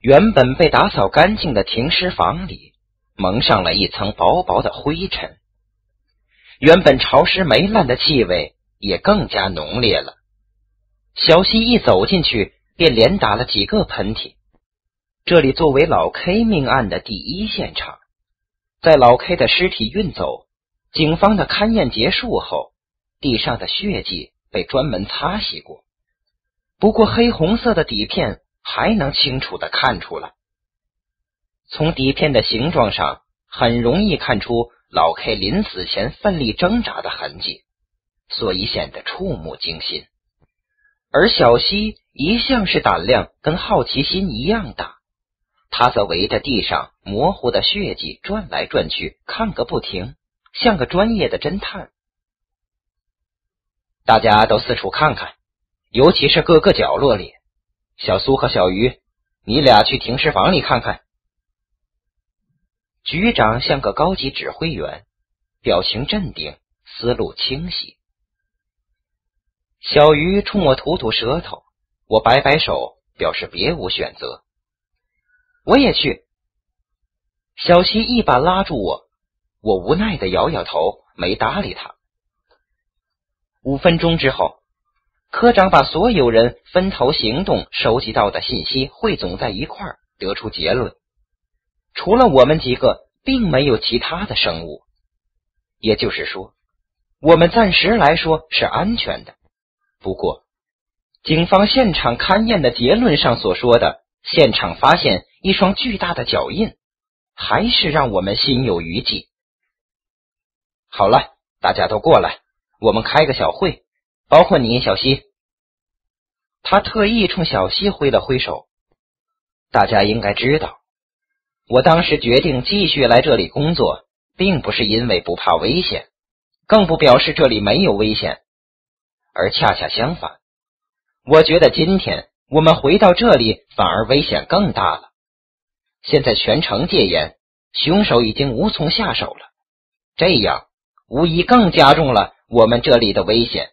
原本被打扫干净的停尸房里蒙上了一层薄薄的灰尘，原本潮湿霉烂的气味也更加浓烈了。小西一走进去便连打了几个喷嚏。这里作为老 K 命案的第一现场，在老 K 的尸体运走，警方的勘验结束后，地上的血迹被专门擦洗过，不过黑红色的底片还能清楚地看出来。从底片的形状上很容易看出老 K 临死前奋力挣扎的痕迹，所以显得触目惊心。而小西一向是胆量跟好奇心一样大，他则围着地上模糊的血迹转来转去，看个不停，像个专业的侦探。大家都四处看看，尤其是各个角落里。小苏和小鱼，你俩去停尸房里看看。局长像个高级指挥员，表情镇定，思路清晰。小鱼冲我吐吐舌头，我摆摆手，表示别无选择。我也去。小西一把拉住我，我无奈地摇摇头，没搭理他。5分钟之后，科长把所有人分头行动收集到的信息汇总在一块儿，得出结论：除了我们几个，并没有其他的生物。也就是说，我们暂时来说是安全的。不过，警方现场勘验的结论上所说的现场发现一双巨大的脚印，还是让我们心有余悸。好了，大家都过来，我们开个小会，包括你，小西。他特意冲小西挥了挥手。大家应该知道，我当时决定继续来这里工作，并不是因为不怕危险，更不表示这里没有危险，而恰恰相反，我觉得今天我们回到这里反而危险更大了。现在全城戒严，凶手已经无从下手了，这样无疑更加重了我们这里的危险。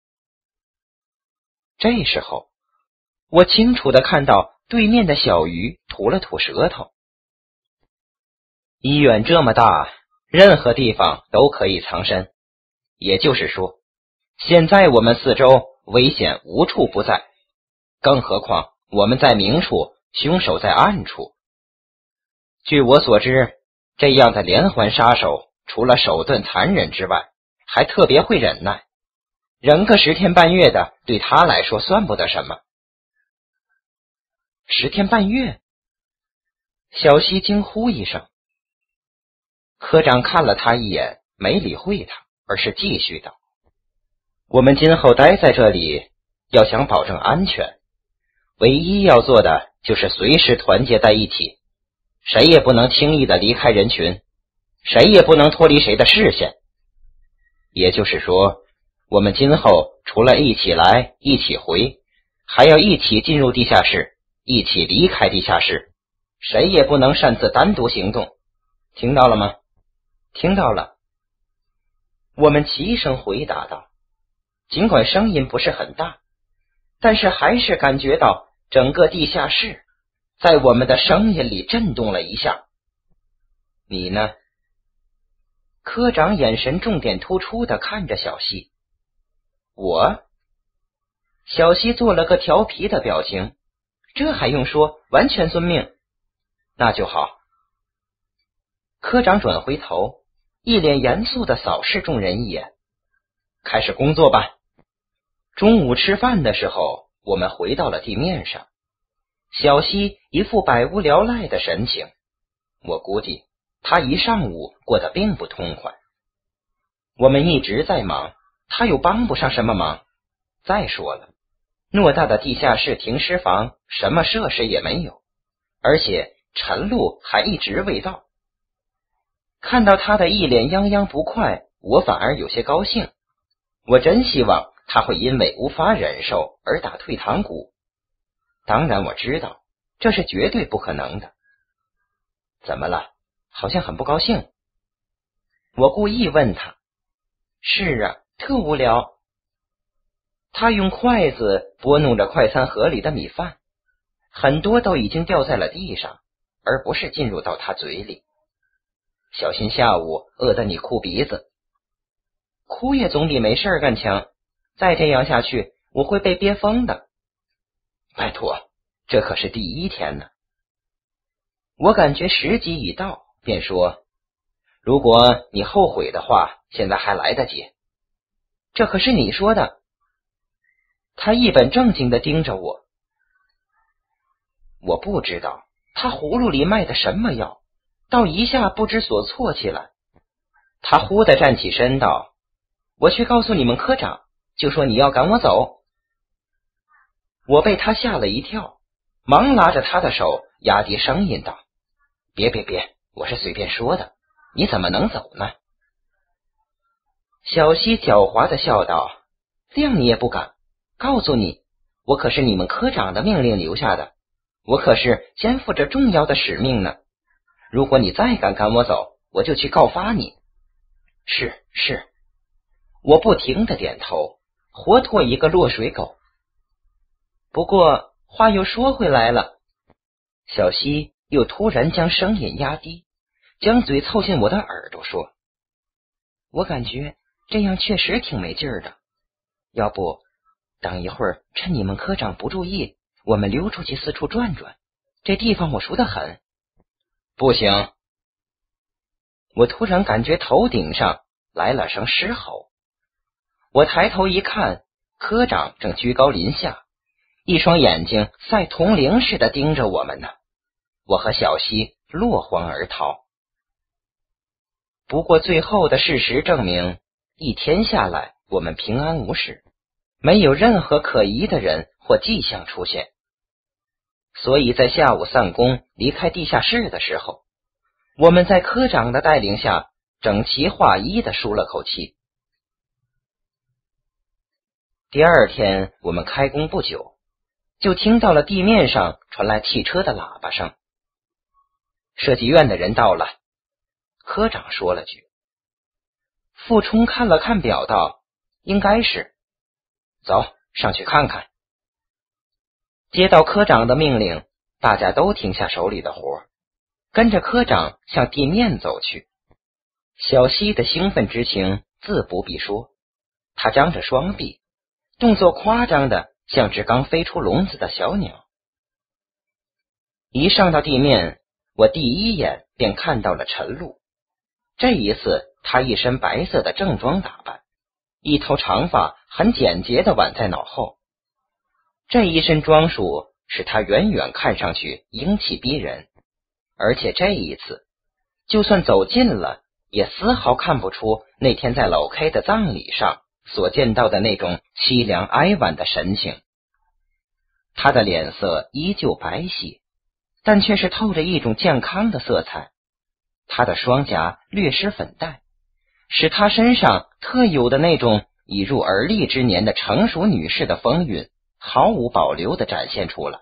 这时候，我清楚地看到对面的小鱼吐了吐舌头。医院这么大，任何地方都可以藏身，也就是说，现在我们四周危险无处不在，更何况我们在明处，凶手在暗处。据我所知，这样的连环杀手除了手段残忍之外，还特别会忍耐，忍个10天半月的对他来说算不得什么。10天半月？小西惊呼一声。科长看了他一眼，没理会他，而是继续道：我们今后待在这里，要想保证安全，唯一要做的就是随时团结在一起，谁也不能轻易的离开人群，谁也不能脱离谁的视线。也就是说，我们今后除了一起来一起回，还要一起进入地下室，一起离开地下室，谁也不能擅自单独行动，听到了吗？听到了。我们齐声回答道，尽管声音不是很大，但是还是感觉到整个地下室在我们的声音里震动了一下。你呢？科长眼神重点突出地看着小西。我？小西做了个调皮的表情，这还用说，完全遵命。那就好。科长转回头，一脸严肃地扫视众人一眼。开始工作吧。中午吃饭的时候，我们回到了地面上。小西一副百无聊赖的神情，我估计他一上午过得并不痛快。我们一直在忙，他又帮不上什么忙。再说了，偌大的地下室停尸房什么设施也没有，而且陈露还一直未到。看到他的一脸泱泱不快，我反而有些高兴。我真希望他会因为无法忍受而打退堂鼓。当然我知道这是绝对不可能的。怎么了？好像很不高兴。我故意问他。是啊，特无聊。他用筷子拨弄着快餐盒里的米饭， 很多都已经掉在了地上，而不是进入到他嘴里。小心下午饿得你哭鼻子。哭也总比没事干强，再这样下去我会被憋疯的。拜托，这可是第1天呢。我感觉时机已到，便说，如果你后悔的话，现在还来得及。这可是你说的。他一本正经地盯着我。我不知道他葫芦里卖的什么药，到一下不知所措起来。他忽地站起身道，我去告诉你们科长，就说你要赶我走。我被他吓了一跳，忙拉着他的手，压低声音道，别，我是随便说的，你怎么能走呢？小西狡猾地笑道，这样你也不敢，告诉你，我可是你们科长的命令留下的，我可是肩负着重要的使命呢。如果你再敢赶我走，我就去告发你。是，我不停地点头，活脱一个落水狗。不过话又说回来了，小西又突然将声音压低，将嘴凑近我的耳朵说，我感觉这样确实挺没劲儿的，要不等一会儿趁你们科长不注意，我们溜出去四处转转，这地方我熟得很。不行。我突然感觉头顶上来了声狮吼，我抬头一看，科长正居高临下，一双眼睛赛铜铃似的盯着我们呢。我和小西落荒而逃。不过最后的事实证明，1天下来我们平安无事，没有任何可疑的人或迹象出现。所以在下午散工离开地下室的时候，我们在科长的带领下整齐划一地舒了口气。第2天我们开工不久，就听到了地面上传来汽车的喇叭声。设计院的人到了，科长说了句。傅冲看了看表道，应该是。走，上去看看。接到科长的命令，大家都停下手里的活，跟着科长向地面走去。小西的兴奋之情自不必说，他张着双臂，动作夸张的像只刚飞出笼子的小鸟。一上到地面，我第一眼便看到了陈露。这一次他一身白色的正装打扮，一头长发很简洁地挽在脑后。这一身装束使他远远看上去英气逼人，而且这一次就算走近了，也丝毫看不出那天在老 K 的葬礼上所见到的那种凄凉哀婉的神情。他的脸色依旧白皙，但却是透着一种健康的色彩。他的双颊略施粉黛，使他身上特有的那种已入而立之年的成熟女士的风韵毫无保留地展现出来。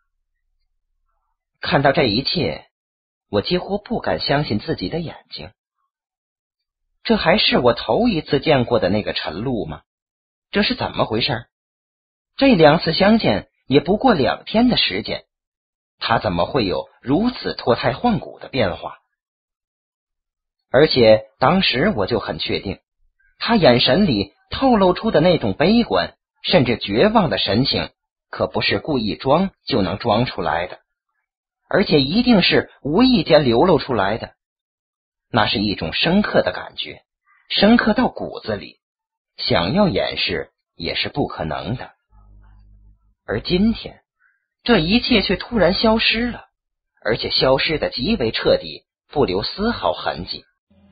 看到这一切，我几乎不敢相信自己的眼睛。这还是我头一次见过的那个陈露吗？这是怎么回事？这2次相见也不过2天的时间，他怎么会有如此脱胎换骨的变化？而且当时我就很确定，他眼神里透露出的那种悲观甚至绝望的神情，可不是故意装就能装出来的，而且一定是无意间流露出来的。那是一种深刻的感觉，深刻到骨子里，想要掩饰也是不可能的。而今天，这一切却突然消失了，而且消失得极为彻底，不留丝毫痕迹。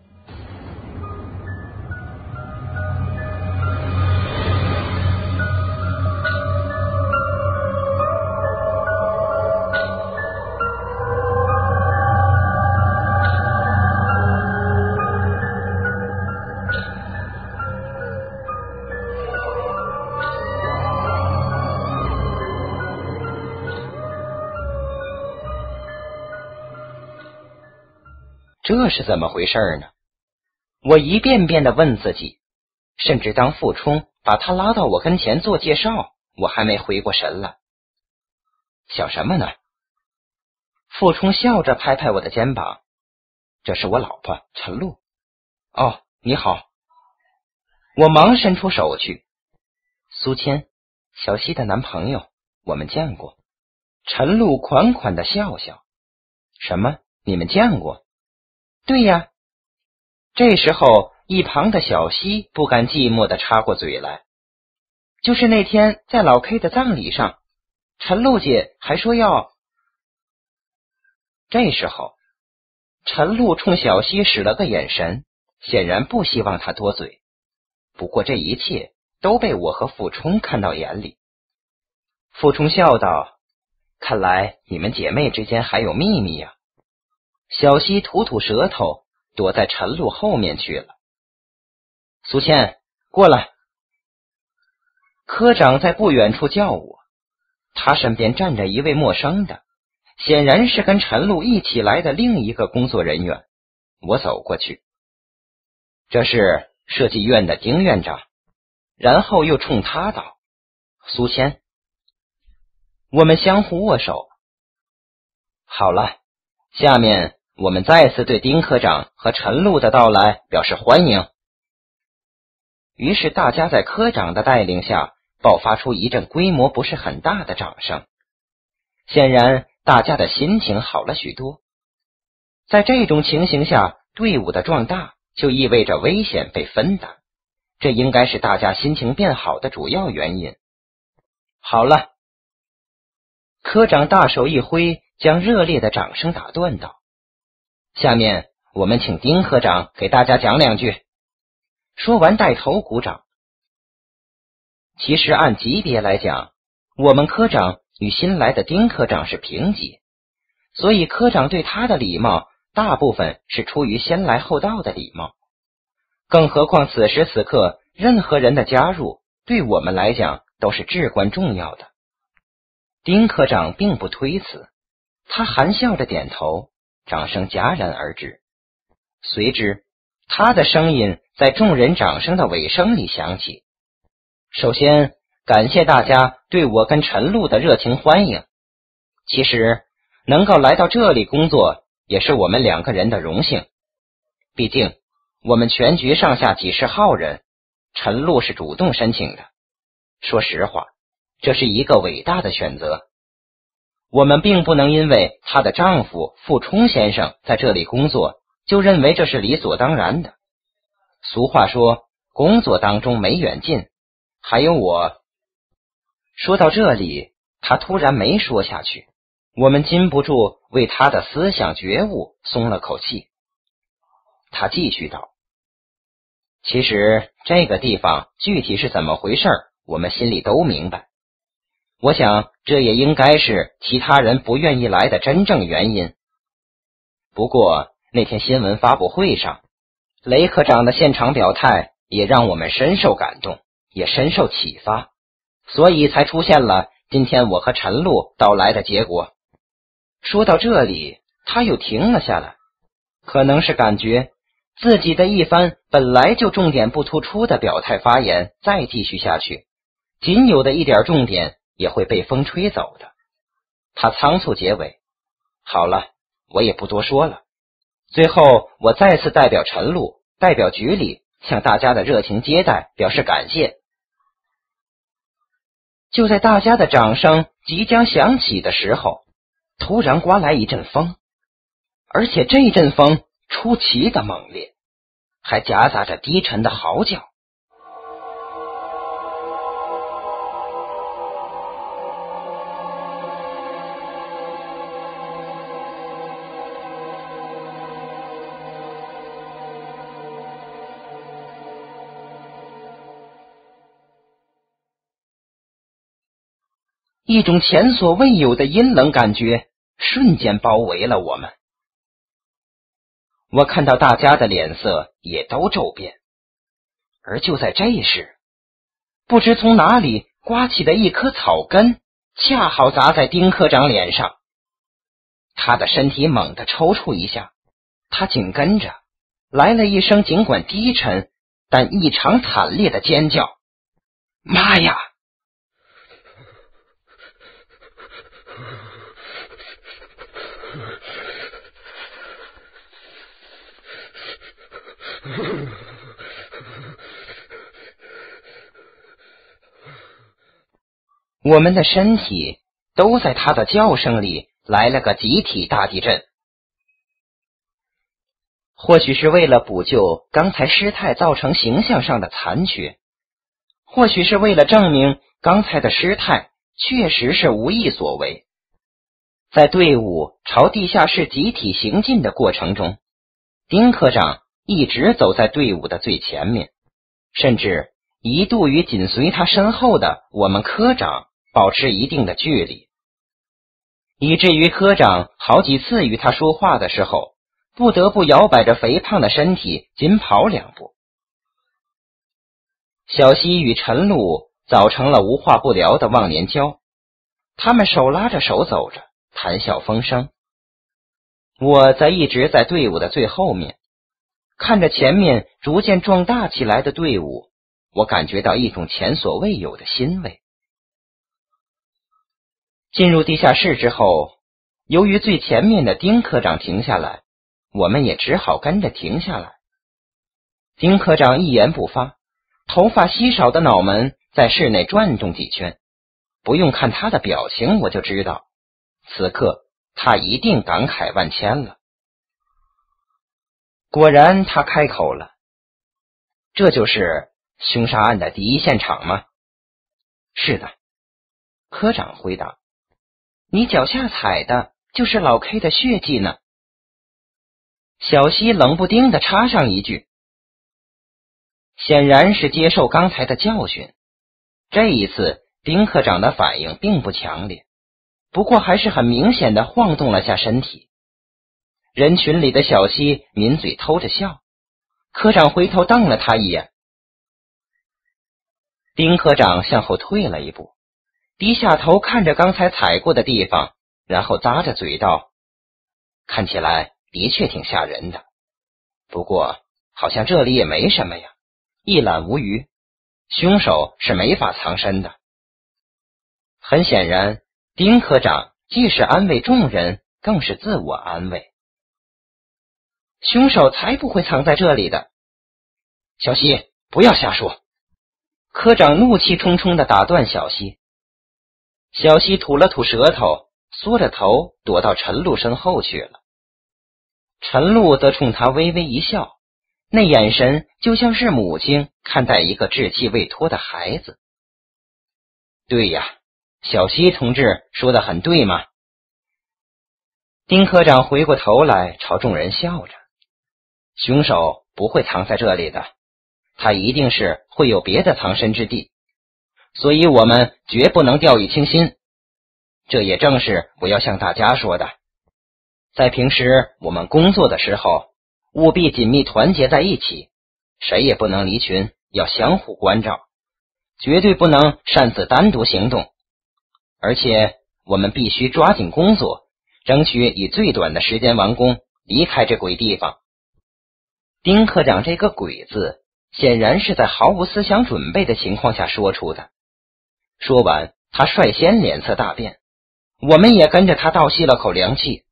这是怎么回事呢？我一遍遍地问自己，甚至当傅冲把他拉到我跟前做介绍，我还没回过神来。 想什么呢？傅冲笑着拍拍我的肩膀，这是我老婆陈露。哦，你好。我忙伸出手去。苏谦，小溪的男朋友，我们见过。陈露款款的笑笑。什么？你们见过？对呀。这时候一旁的小溪不甘寂寞的插过嘴来。就是那天在老 K 的葬礼上，陈露姐还说要……这时候陈露冲小溪使了个眼神，显然不希望他多嘴。不过这一切都被我和傅冲看到眼里。傅冲笑道，看来你们姐妹之间还有秘密呀。小溪吐吐舌头，躲在陈露后面去了。苏倩，过来。科长在不远处叫我，他身边站着一位陌生的，显然是跟陈露一起来的另一个工作人员。我走过去，这是设计院的丁院长，然后又冲他道，苏谦。我们相互握手。好了，下面我们再次对丁科长和陈露的到来表示欢迎。于是大家在科长的带领下爆发出一阵规模不是很大的掌声，显然大家的心情好了许多。在这种情形下，队伍的壮大就意味着危险被分担，这应该是大家心情变好的主要原因。好了，科长大手一挥，将热烈的掌声打断道，下面我们请丁科长给大家讲两句。说完带头鼓掌。其实按级别来讲，我们科长与新来的丁科长是平级，所以科长对他的礼貌大部分是出于先来后到的礼貌。更何况此时此刻任何人的加入对我们来讲都是至关重要的。丁科长并不推辞，他含笑着点头，掌声戛然而止。随之他的声音在众人掌声的尾声里响起。首先，感谢大家对我跟陈露的热情欢迎。其实，能够来到这里工作，也是我们两个人的荣幸。毕竟，我们全局上下几十号人，陈露是主动申请的。说实话，这是一个伟大的选择。我们并不能因为她的丈夫傅冲先生在这里工作，就认为这是理所当然的。俗话说，工作当中没远近，还有我。说到这里，他突然没说下去，我们禁不住为他的思想觉悟松了口气。他继续道，其实这个地方具体是怎么回事，我们心里都明白。我想这也应该是其他人不愿意来的真正原因。不过那天新闻发布会上，雷科长的现场表态也让我们深受感动，也深受启发，所以才出现了今天我和陈露到来的结果。说到这里，他又停了下来，可能是感觉自己的一番本来就重点不突出的表态发言再继续下去，仅有的一点重点也会被风吹走的。他仓促结尾，好了，我也不多说了。最后我再次代表陈露，代表局里向大家的热情接待表示感谢。就在大家的掌声即将响起的时候，突然刮来一阵风，而且这阵风出奇的猛烈，还夹杂着低沉的嚎叫。一种前所未有的阴冷感觉瞬间包围了我们。我看到大家的脸色也都骤变，而就在这时，不知从哪里刮起的一颗草根恰好砸在丁科长脸上，他的身体猛地抽搐一下，他紧跟着来了一声尽管低沉但异常惨烈的尖叫，妈呀！ 我们的身体都在他的叫声里来了个集体大地震。或许是为了补救刚才失态造成形象上的残缺，或许是为了证明刚才的失态确实是无意所为，在队伍朝地下室集体行进的过程中，丁科长一直走在队伍的最前面，甚至一度与紧随他身后的我们科长保持一定的距离，以至于科长好几次与他说话的时候，不得不摇摆着肥胖的身体紧跑2步。小西与陈露早成了无话不聊的忘年交，他们手拉着手走着，谈笑风生。我则一直在队伍的最后面，看着前面逐渐壮大起来的队伍，我感觉到一种前所未有的欣慰。进入地下室之后，由于最前面的丁科长停下来，我们也只好跟着停下来。丁科长一言不发，头发稀少的脑门在室内转动几圈，不用看他的表情我就知道，此刻他一定感慨万千了。果然他开口了，这就是凶杀案的第一现场吗？是的，科长回答。你脚下踩的就是老 K 的血迹呢。小西冷不丁地插上一句，显然是接受刚才的教训。这一次丁科长的反应并不强烈，不过还是很明显地晃动了下身体。人群里的小西抿嘴偷着笑，科长回头瞪了他一眼。丁科长向后退了一步，低下头看着刚才踩过的地方，然后咂着嘴道，看起来的确挺吓人的，不过好像这里也没什么呀，一览无余，凶手是没法藏身的。很显然，丁科长既是安慰众人，更是自我安慰。凶手才不会藏在这里的。小西，不要瞎说。科长怒气冲冲地打断小西。小西吐了吐舌头，缩着头躲到陈露身后去了。陈露则冲他微微一笑，那眼神就像是母亲看待一个稚气未脱的孩子。对呀，小西同志说得很对嘛。丁科长回过头来朝众人笑着，凶手不会藏在这里的，他一定是会有别的藏身之地，所以我们绝不能掉以轻心。这也正是我要向大家说的，在平时我们工作的时候，务必紧密团结在一起，谁也不能离群，要相互关照，绝对不能擅自单独行动。而且我们必须抓紧工作，争取以最短的时间完工，离开这鬼地方。丁科长这个鬼字显然是在毫无思想准备的情况下说出的。说完，他率先脸色大变，我们也跟着他倒吸了口凉气。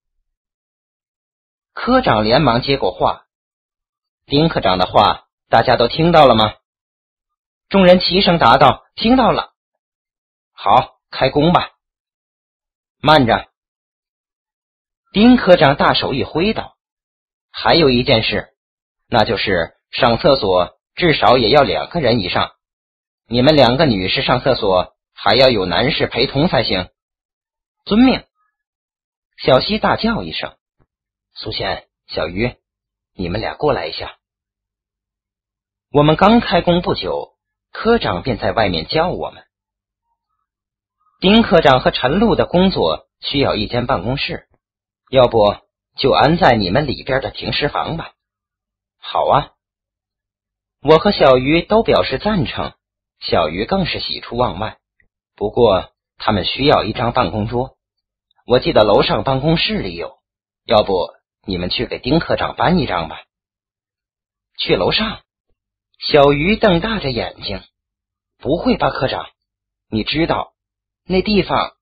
科长连忙接过话，丁科长的话大家都听到了吗？众人齐声答道，听到了。好，开工吧。慢着。丁科长大手一挥道，还有一件事，那就是上厕所至少也要2个人以上，你们2个女士上厕所还要有男士陪同才行。遵命。小西大叫一声，苏贤、小鱼，你们俩过来一下。我们刚开工不久，科长便在外面叫我们。丁科长和陈露的工作需要一间办公室，要不就安在你们里边的停尸房吧。好啊。我和小鱼都表示赞成，小鱼更是喜出望外。不过他们需要一张办公桌，我记得楼上办公室里有，要不你们去给丁科长搬一张吧。去楼上？小鱼瞪大着眼睛，不会吧科长，你知道那地方